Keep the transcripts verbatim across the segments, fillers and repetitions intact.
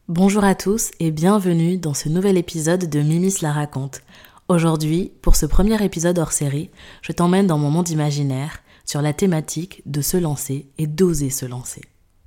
Bonjour à tous et bienvenue dans ce nouvel épisode de Mimi se la raconte. Aujourd'hui, pour ce premier épisode hors série, je t'emmène dans mon monde imaginaire sur la thématique de se lancer et d'oser se lancer.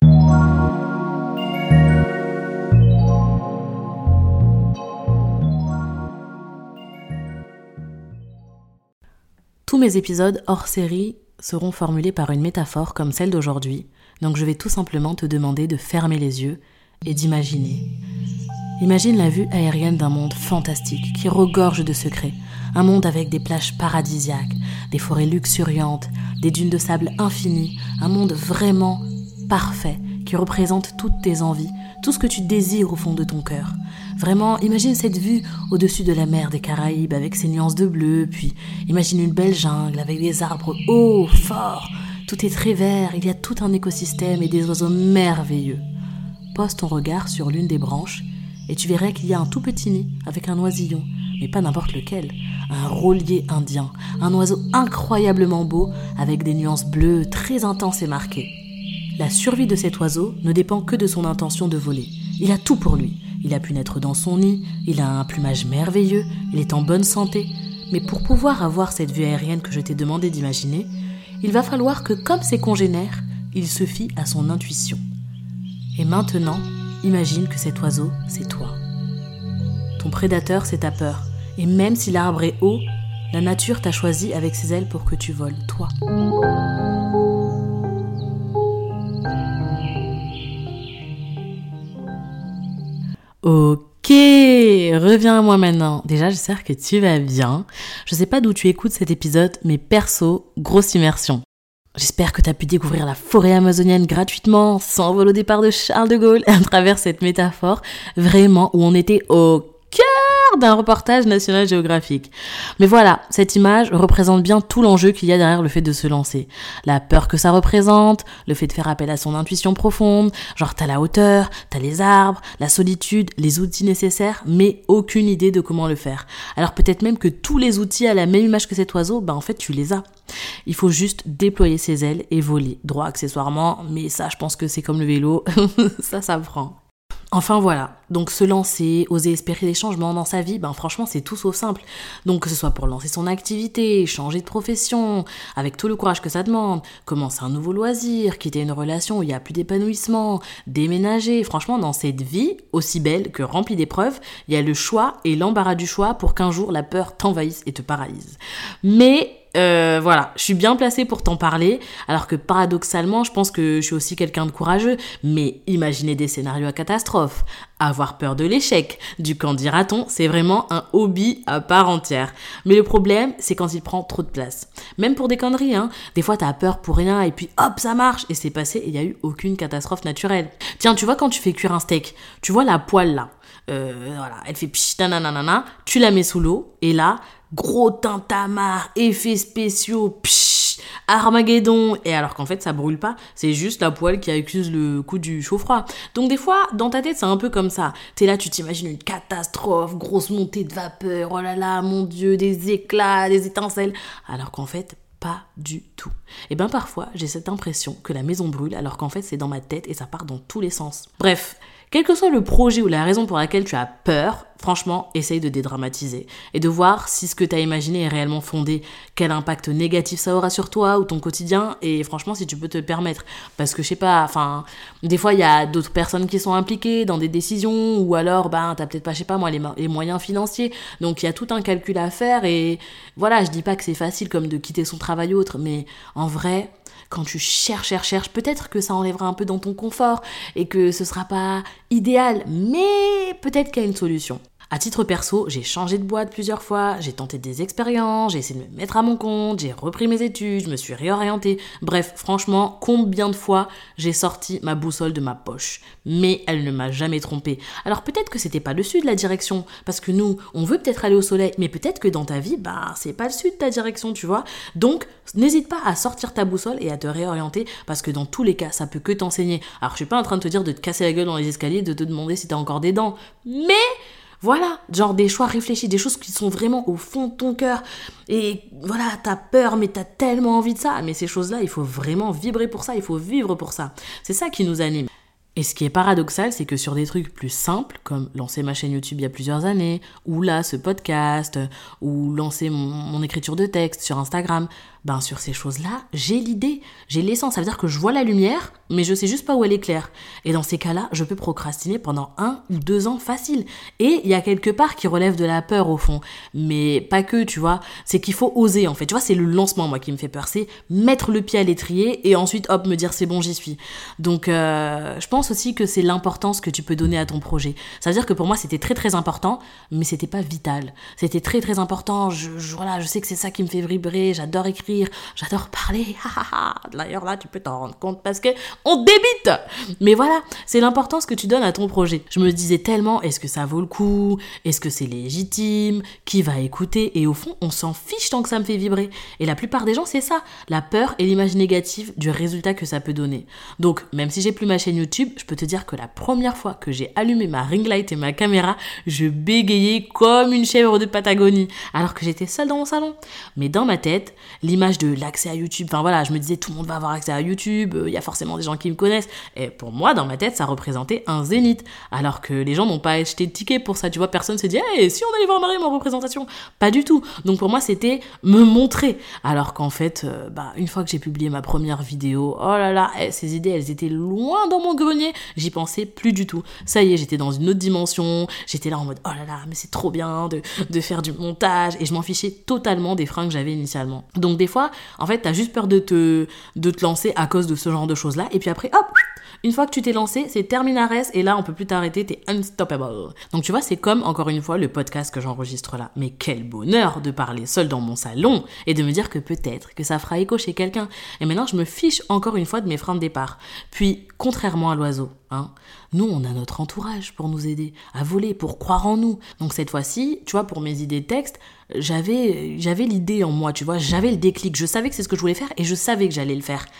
Tous mes épisodes hors série seront formulés par une métaphore comme celle d'aujourd'hui, donc je vais tout simplement te demander de fermer les yeux et d'imaginer. Imagine la vue aérienne d'un monde fantastique qui regorge de secrets, un monde avec des plages paradisiaques, des forêts luxuriantes, des dunes de sable infinies, un monde vraiment parfait qui représente toutes tes envies, tout ce que tu désires au fond de ton cœur. Vraiment, imagine cette vue au-dessus de la mer des Caraïbes avec ses nuances de bleu, puis imagine une belle jungle avec des arbres hauts, forts, tout est très vert, il y a tout un écosystème et des oiseaux merveilleux. Pose ton regard sur l'une des branches et tu verrais qu'il y a un tout petit nid avec un oisillon, mais pas n'importe lequel, un rôlier indien, un oiseau incroyablement beau avec des nuances bleues très intenses et marquées. La survie de cet oiseau ne dépend que de son intention de voler. Il a tout pour lui. Il a pu naître dans son nid, il a un plumage merveilleux, il est en bonne santé. Mais pour pouvoir avoir cette vue aérienne que je t'ai demandé d'imaginer, il va falloir que, comme ses congénères, il se fie à son intuition. Et maintenant, imagine que cet oiseau, c'est toi. Ton prédateur, c'est ta peur. Et même si l'arbre est haut, la nature t'a choisi avec ses ailes pour que tu voles, toi. Ok, reviens à moi maintenant. Déjà, j'espère que tu vas bien. Je sais pas d'où tu écoutes cet épisode, mais perso, grosse immersion. J'espère que tu as pu découvrir la forêt amazonienne gratuitement, sans vol au départ de Charles de Gaulle, à travers cette métaphore, vraiment, où on était au cœur d'un reportage National Geographic. Mais voilà, cette image représente bien tout l'enjeu qu'il y a derrière le fait de se lancer. La peur que ça représente, le fait de faire appel à son intuition profonde, genre t'as la hauteur, t'as les arbres, la solitude, les outils nécessaires, mais aucune idée de comment le faire. Alors peut-être même que tous les outils à la même image que cet oiseau, ben en fait tu les as. Il faut juste déployer ses ailes et voler, droit accessoirement, mais ça je pense que c'est comme le vélo, ça ça prend. Enfin voilà, donc se lancer, oser espérer des changements dans sa vie, ben franchement c'est tout sauf simple. Donc que ce soit pour lancer son activité, changer de profession, avec tout le courage que ça demande, commencer un nouveau loisir, quitter une relation où il n'y a plus d'épanouissement, déménager, franchement dans cette vie, aussi belle que remplie d'épreuves, il y a le choix et l'embarras du choix pour qu'un jour la peur t'envahisse et te paralyse. Mais Euh, voilà, je suis bien placée pour t'en parler, alors que paradoxalement, je pense que je suis aussi quelqu'un de courageux, mais imaginer des scénarios à catastrophe, avoir peur de l'échec, du qu'en dira-t-on, c'est vraiment un hobby à part entière. Mais le problème, c'est quand il prend trop de place. Même pour des conneries, hein. Des fois, t'as peur pour rien, et puis hop, ça marche, et c'est passé, et il n'y a eu aucune catastrophe naturelle. Tiens, tu vois quand tu fais cuire un steak, tu vois la poêle là, euh, voilà, elle fait pchit, nanana, tu la mets sous l'eau, et là, gros tintamarre, effets spéciaux, psh, Armageddon. Et alors qu'en fait, ça brûle pas. C'est juste la poêle qui accuse le coup du chaud-froid. Donc des fois, dans ta tête, c'est un peu comme ça. T'es là, tu t'imagines une catastrophe, grosse montée de vapeur, oh là là, mon Dieu, des éclats, des étincelles. Alors qu'en fait, pas du tout. Et bien parfois, j'ai cette impression que la maison brûle, alors qu'en fait, c'est dans ma tête et ça part dans tous les sens. Bref. Quel que soit le projet ou la raison pour laquelle tu as peur, franchement, essaye de dédramatiser et de voir si ce que tu as imaginé est réellement fondé, quel impact négatif ça aura sur toi ou ton quotidien, et franchement, si tu peux te le permettre. Parce que, je sais pas, enfin, des fois, il y a d'autres personnes qui sont impliquées dans des décisions, ou alors, ben, t'as peut-être pas, je sais pas moi, les, les moyens financiers, donc il y a tout un calcul à faire, et voilà, je dis pas que c'est facile comme de quitter son travail ou autre, mais en vrai, quand tu cherches, cherches, cherches, peut-être que ça enlèvera un peu dans ton confort et que ce sera pas idéal, mais peut-être qu'il y a une solution. À titre perso, j'ai changé de boîte plusieurs fois, j'ai tenté des expériences, j'ai essayé de me mettre à mon compte, j'ai repris mes études, je me suis réorientée. Bref, franchement, combien de fois j'ai sorti ma boussole de ma poche. Mais elle ne m'a jamais trompée. Alors peut-être que c'était pas le sud la direction, parce que nous, on veut peut-être aller au soleil, mais peut-être que dans ta vie, bah c'est pas le sud ta direction, tu vois. Donc, n'hésite pas à sortir ta boussole et à te réorienter, parce que dans tous les cas, ça peut que t'enseigner. Alors je suis pas en train de te dire de te casser la gueule dans les escaliers, de te demander si t'as encore des dents, mais voilà, genre des choix réfléchis, des choses qui sont vraiment au fond de ton cœur. Et voilà, t'as peur, mais t'as tellement envie de ça. Mais ces choses-là, il faut vraiment vibrer pour ça, il faut vivre pour ça. C'est ça qui nous anime. Et ce qui est paradoxal, c'est que sur des trucs plus simples, comme lancer ma chaîne YouTube il y a plusieurs années, ou là, ce podcast, ou lancer mon, mon écriture de texte sur Instagram, ben sur ces choses-là, j'ai l'idée, j'ai l'essence. Ça veut dire que je vois la lumière, mais je sais juste pas où elle éclaire. Et dans ces cas-là, je peux procrastiner pendant un ou deux ans facile. Et il y a quelque part qui relève de la peur au fond. Mais pas que, tu vois. C'est qu'il faut oser, en fait. Tu vois, c'est le lancement, moi, qui me fait peur. C'est mettre le pied à l'étrier et ensuite, hop, me dire c'est bon, j'y suis. Donc, euh, je pense aussi que c'est l'importance que tu peux donner à ton projet. Ça veut dire que pour moi, c'était très, très important, mais c'était pas vital. C'était très, très important. Je, je, voilà, je sais que c'est ça qui me fait vibrer. J'adore écrire. J'adore parler. D'ailleurs, là, tu peux t'en rendre compte parce que on débite. Mais voilà, c'est l'importance que tu donnes à ton projet. Je me disais tellement, est-ce que ça vaut le coup? Est-ce que c'est légitime? Qui va écouter? Et au fond, on s'en fiche tant que ça me fait vibrer. Et la plupart des gens, c'est ça. La peur et l'image négative du résultat que ça peut donner. Donc, même si j'ai plus ma chaîne YouTube, je peux te dire que la première fois que j'ai allumé ma ring light et ma caméra, je bégayais comme une chèvre de Patagonie, alors que j'étais seule dans mon salon. Mais dans ma tête, l'image de l'accès à YouTube, enfin voilà, je me disais tout le monde va avoir accès à YouTube, il y a forcément des gens qui me connaissent. Et pour moi, dans ma tête, ça représentait un zénith. Alors que les gens n'ont pas acheté de ticket pour ça, tu vois, personne s'est dit hey, si on allait voir Mariam en représentation. Pas du tout. Donc pour moi, c'était me montrer. Alors qu'en fait, euh, bah, une fois que j'ai publié ma première vidéo, oh là là, eh, ces idées, elles étaient loin dans mon grenier. J'y pensais plus du tout. Ça y est, j'étais dans une autre dimension. J'étais là en mode oh là là, mais c'est trop bien de, de faire du montage. Et je m'en fichais totalement des freins que j'avais initialement. Donc des fois, en fait, t'as juste peur de te, de te lancer à cause de ce genre de choses-là. Et puis après, hop, une fois que tu t'es lancé, c'est terminares et là, on peut plus t'arrêter, t'es unstoppable. Donc tu vois, c'est comme, encore une fois, le podcast que j'enregistre là. Mais quel bonheur de parler seul dans mon salon et de me dire que peut-être que ça fera écho chez quelqu'un. Et maintenant, je me fiche encore une fois de mes freins de départ. Puis, contrairement à l'oiseau, hein, nous, on a notre entourage pour nous aider à voler, pour croire en nous. Donc cette fois-ci, tu vois, pour mes idées de texte, j'avais, j'avais l'idée en moi, tu vois, j'avais le déclic. Je savais que c'est ce que je voulais faire et je savais que j'allais le faire.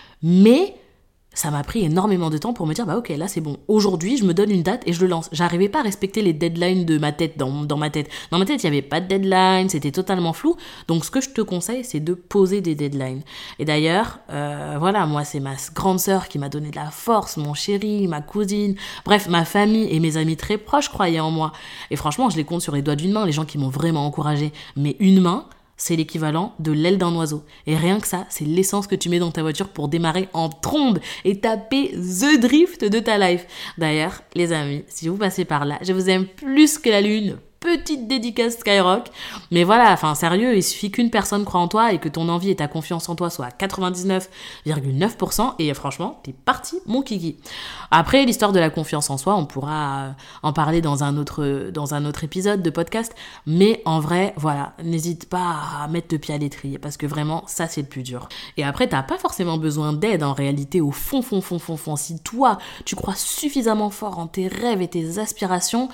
Mais ça m'a pris énormément de temps pour me dire, bah ok, là c'est bon. Aujourd'hui, je me donne une date et je le lance. J'arrivais pas à respecter les deadlines de ma tête, dans, dans ma tête. Dans ma tête, il y avait pas de deadline, c'était totalement flou. Donc ce que je te conseille, c'est de poser des deadlines. Et d'ailleurs, euh, voilà, moi c'est ma grande sœur qui m'a donné de la force, mon chéri, ma cousine, bref, ma famille et mes amis très proches croyaient en moi. Et franchement, je les compte sur les doigts d'une main, les gens qui m'ont vraiment encouragée. Mais une main, c'est l'équivalent de l'aile d'un oiseau. Et rien que ça, c'est l'essence que tu mets dans ta voiture pour démarrer en trombe et taper the drift de ta life. D'ailleurs, les amis, si vous passez par là, je vous aime plus que la lune. Petite dédicace Skyrock. Mais voilà, enfin sérieux, il suffit qu'une personne croit en toi et que ton envie et ta confiance en toi soient à quatre-vingt-dix-neuf virgule neuf pour cent et franchement, t'es parti, mon kiki. Après, l'histoire de la confiance en soi, on pourra en parler dans un autre, dans un autre épisode de podcast. Mais en vrai, voilà, n'hésite pas à mettre le pied à l'étrier parce que vraiment, ça c'est le plus dur. Et après, t'as pas forcément besoin d'aide en réalité au fond, fond, fond, fond, fond. Si toi, tu crois suffisamment fort en tes rêves et tes aspirations,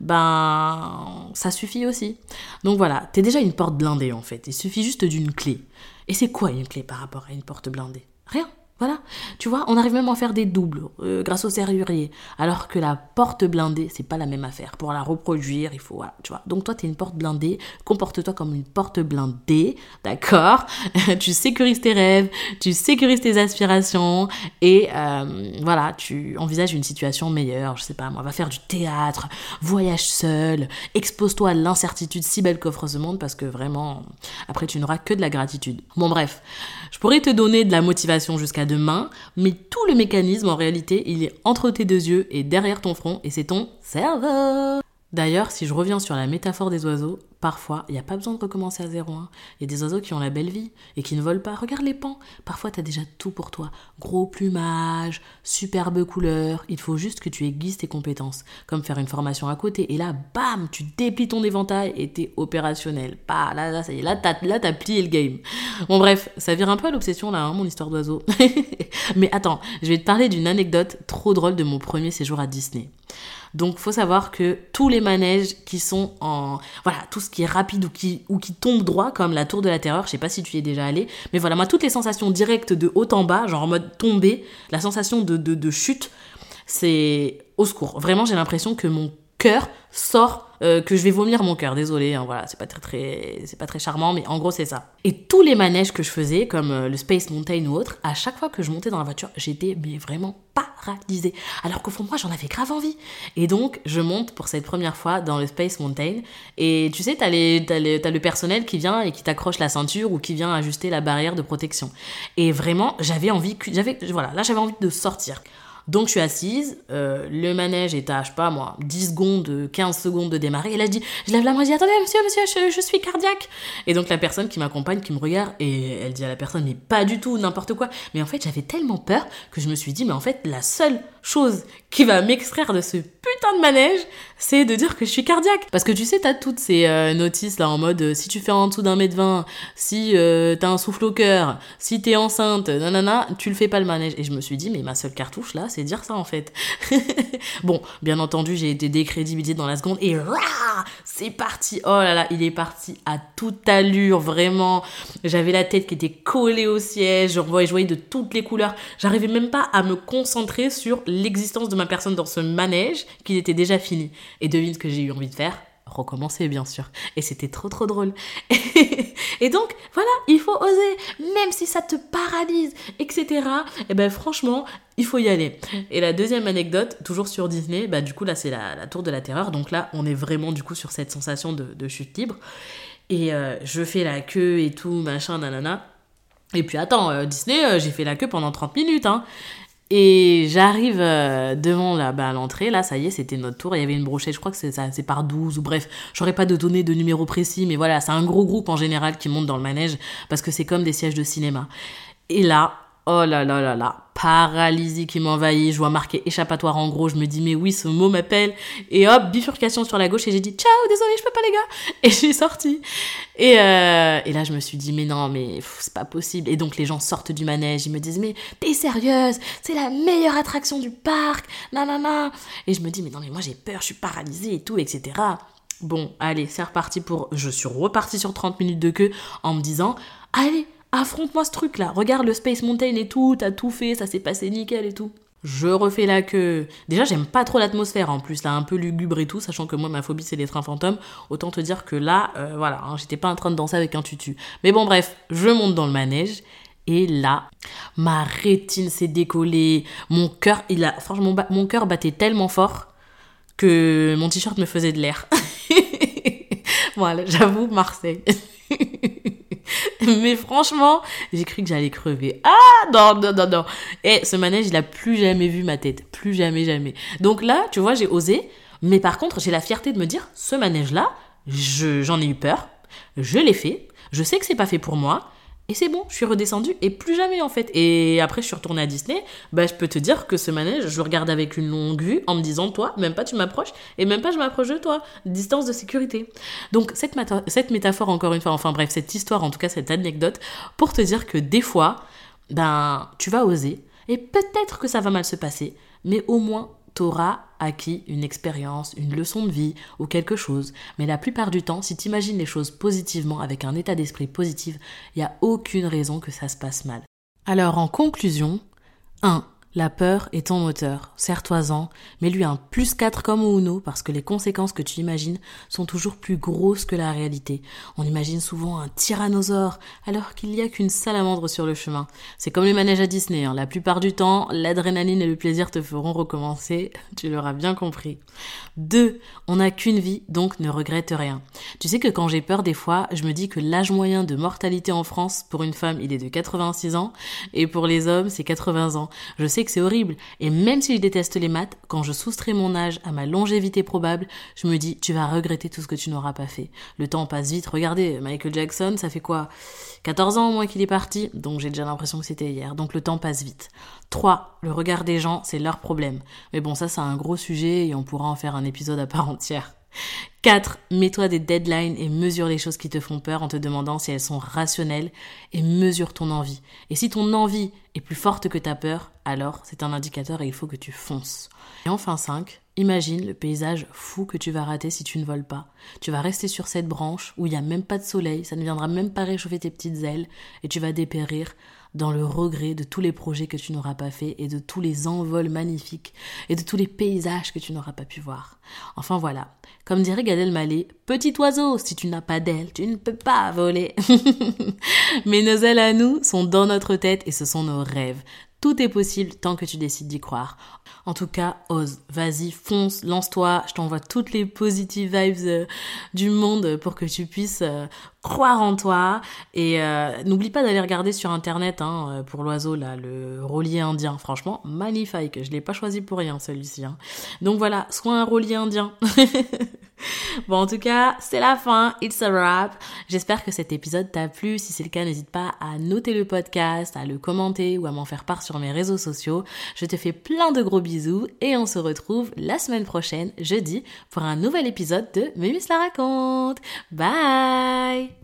ben ça suffit aussi. Donc voilà, t'es déjà une porte blindée en fait. Il suffit juste d'une clé. Et c'est quoi une clé par rapport à une porte blindée? Rien. Voilà, tu vois, on arrive même à en faire des doubles euh, grâce au serrurier, alors que la porte blindée, c'est pas la même affaire. Pour la reproduire, il faut, voilà, tu vois. Donc toi, t'es une porte blindée, comporte-toi comme une porte blindée, d'accord? Tu sécurises tes rêves, tu sécurises tes aspirations, et euh, voilà, tu envisages une situation meilleure, je sais pas, moi, va faire du théâtre, voyage seul, expose-toi à l'incertitude si belle qu'offre ce monde, parce que vraiment, après, tu n'auras que de la gratitude. Bon, bref, je pourrais te donner de la motivation jusqu'à demain, mais tout le mécanisme, en réalité, il est entre tes deux yeux et derrière ton front, et c'est ton cerveau. D'ailleurs, si je reviens sur la métaphore des oiseaux, parfois, il n'y a pas besoin de recommencer à zéro. Hein. Il y a des oiseaux qui ont la belle vie et qui ne volent pas. Regarde les pans. Parfois, tu as déjà tout pour toi. Gros plumage, superbe couleur. Il faut juste que tu aiguises tes compétences. Comme faire une formation à côté. Et là, bam, tu déplies ton éventail et t'es opérationnel. Bah, là, là, ça y est. Là, t'as, là, t'as plié le game. Bon, bref, ça vire un peu à l'obsession, là, hein, mon histoire d'oiseau. Mais attends, je vais te parler d'une anecdote trop drôle de mon premier séjour à Disney. Donc, faut savoir que tous les manèges qui sont en... Voilà, tout ce qui est rapide ou qui, ou qui tombe droit, comme la Tour de la Terreur, je sais pas si tu y es déjà allé, mais voilà, moi, toutes les sensations directes de haut en bas, genre en mode tomber, la sensation de, de, de chute, c'est au secours. Vraiment, j'ai l'impression que mon cœur sort, euh, que je vais vomir mon cœur. Désolée, hein, voilà, c'est pas très, très, c'est pas très charmant, mais en gros, c'est ça. Et tous les manèges que je faisais, comme euh, le Space Mountain ou autre, à chaque fois que je montais dans la voiture, j'étais mais vraiment paralysée. Alors qu'au fond de moi, j'en avais grave envie. Et donc, je monte pour cette première fois dans le Space Mountain. Et tu sais, t'as, les, t'as, les, t'as le personnel qui vient et qui t'accroche la ceinture ou qui vient ajuster la barrière de protection. Et vraiment, j'avais envie, j'avais, voilà, là, j'avais envie de sortir. Donc je suis assise, euh, le manège est à, je sais pas moi, dix secondes, quinze secondes de démarrer, et là je dis, je lève la main, je dis, attendez monsieur, monsieur, je, je suis cardiaque. Et donc la personne qui m'accompagne, qui me regarde, et elle dit à la personne, mais pas du tout, n'importe quoi. Mais en fait, j'avais tellement peur que je me suis dit, mais en fait, la seule chose qui va m'extraire de ce putain de manège, c'est de dire que je suis cardiaque. Parce que tu sais, t'as toutes ces euh, notices là en mode, euh, si tu fais en dessous d'un mètre vingt, si euh, t'as un souffle au cœur, si t'es enceinte, nanana, tu le fais pas le manège. Et je me suis dit, mais ma seule cartouche là, c'est dire ça en fait. Bon, bien entendu, j'ai été décrédibilisée dans la seconde et rah, c'est parti. Oh là là, il est parti à toute allure, vraiment. J'avais la tête qui était collée au siège, je voyais, je voyais de toutes les couleurs. J'arrivais même pas à me concentrer sur l'existence de ma personne dans ce manège qui était déjà fini. Et devine ce que j'ai eu envie de faire? Recommencer, bien sûr. Et c'était trop trop drôle. Et donc, voilà, il faut oser, même si ça te paralyse, et cetera. Et ben franchement, il faut y aller. Et la deuxième anecdote, toujours sur Disney, bah du coup là c'est la, la tour de la terreur. Donc là, on est vraiment du coup sur cette sensation de, de chute libre. Et euh, je fais la queue et tout, machin, nanana. Et puis attends, euh, Disney, euh, j'ai fait la queue pendant trente minutes, hein. Et j'arrive euh, devant la, bah, l'entrée, là, ça y est, c'était notre tour. Il y avait une brochette, je crois que c'est, ça, c'est par douze, ou bref, j'aurais pas de données de numéro précis, mais voilà, c'est un gros groupe en général qui monte dans le manège, parce que c'est comme des sièges de cinéma. Et là, oh là là là là, paralysie qui m'envahit, je vois marqué échappatoire en gros, je me dis mais oui, ce mot m'appelle, et hop, bifurcation sur la gauche, et j'ai dit ciao, désolé, je peux pas les gars, et je suis sortie. Et, euh, et là je me suis dit mais non, mais pff, c'est pas possible. Et donc les gens sortent du manège, ils me disent mais t'es sérieuse, c'est la meilleure attraction du parc, nanana. Et je me dis mais non mais moi j'ai peur, je suis paralysée et tout, et cetera. Bon, allez, c'est reparti pour, je suis repartie sur trente minutes de queue en me disant allez, affronte-moi ce truc-là, regarde le Space Mountain et tout, t'as tout fait, ça s'est passé nickel et tout. Je refais la queue. Déjà, j'aime pas trop l'atmosphère en plus, là, un peu lugubre et tout, sachant que moi, ma phobie, c'est les trains fantômes. Autant te dire que là, euh, voilà, hein, j'étais pas en train de danser avec un tutu. Mais bon, bref, je monte dans le manège. Et là, ma rétine s'est décollée. Mon cœur, il a, franchement, mon cœur battait tellement fort que mon t-shirt me faisait de l'air. Voilà, j'avoue, Marseille. Mais franchement, j'ai cru que j'allais crever. Ah non, non, non, non. Et ce manège, il a plus jamais vu ma tête. Plus jamais, jamais. Donc là, tu vois, j'ai osé. Mais par contre, j'ai la fierté de me dire, ce manège-là, je, j'en ai eu peur. Je l'ai fait. Je sais que c'est pas fait pour moi. Et c'est bon, je suis redescendue et plus jamais en fait. Et après, je suis retournée à Disney. Bah, je peux te dire que ce manège, je le regarde avec une longue vue en me disant, toi, même pas tu m'approches et même pas je m'approche de toi. Distance de sécurité. Donc, cette, mata- cette métaphore, encore une fois, enfin bref, cette histoire, en tout cas, cette anecdote, pour te dire que des fois, ben, tu vas oser et peut-être que ça va mal se passer, mais au moins, t'auras acquis une expérience, une leçon de vie ou quelque chose. Mais la plupart du temps, si t'imagines les choses positivement, avec un état d'esprit positif, il n'y a aucune raison que ça se passe mal. Alors en conclusion, un. La peur est ton moteur. Serre-toi-en, mets-lui un plus quatre comme au Uno parce que les conséquences que tu imagines sont toujours plus grosses que la réalité. On imagine souvent un tyrannosaure alors qu'il n'y a qu'une salamandre sur le chemin. C'est comme les manèges à Disney, hein. La plupart du temps, l'adrénaline et le plaisir te feront recommencer, tu l'auras bien compris. Deux. On n'a qu'une vie, donc ne regrette rien. Tu sais que quand j'ai peur des fois, je me dis que l'âge moyen de mortalité en France pour une femme, il est de quatre-vingt-six ans et pour les hommes, c'est quatre-vingts ans. Je sais que c'est horrible. Et même si je déteste les maths, quand je soustrais mon âge à ma longévité probable, je me dis, tu vas regretter tout ce que tu n'auras pas fait. Le temps passe vite. Regardez, Michael Jackson, ça fait quoi? quatorze ans au moins qu'il est parti, donc j'ai déjà l'impression que c'était hier. Donc le temps passe vite. trois. Le regard des gens, c'est leur problème. Mais bon, ça, c'est un gros sujet et on pourra en faire un épisode à part entière. quatre. Mets-toi des deadlines et mesure les choses qui te font peur en te demandant si elles sont rationnelles et mesure ton envie. Et si ton envie est plus forte que ta peur, alors c'est un indicateur et il faut que tu fonces. Et enfin cinq. Imagine le paysage fou que tu vas rater si tu ne voles pas. Tu vas rester sur cette branche où il n'y a même pas de soleil, ça ne viendra même pas réchauffer tes petites ailes et tu vas dépérir dans le regret de tous les projets que tu n'auras pas fait et de tous les envols magnifiques et de tous les paysages que tu n'auras pas pu voir. Enfin voilà, comme dirait Gad Elmaleh, petit oiseau, si tu n'as pas d'aile, tu ne peux pas voler. Mais nos ailes à nous sont dans notre tête et ce sont nos rêves. Tout est possible tant que tu décides d'y croire. En tout cas, ose, vas-y, fonce, lance-toi. Je t'envoie toutes les positive vibes euh, du monde pour que tu puisses euh, croire en toi. Et euh, n'oublie pas d'aller regarder sur internet hein, pour l'oiseau, là, le rôlier indien. Franchement, magnifique. Je l'ai pas choisi pour rien, celui-ci. Hein. Donc voilà, sois un rôlier indien. Bon, en tout cas, c'est la fin. It's a wrap. J'espère que cet épisode t'a plu. Si c'est le cas, n'hésite pas à noter le podcast, à le commenter ou à m'en faire part sur mes réseaux sociaux. Je te fais plein de gros bisous et on se retrouve la semaine prochaine, jeudi, pour un nouvel épisode de Mémis la raconte. Bye!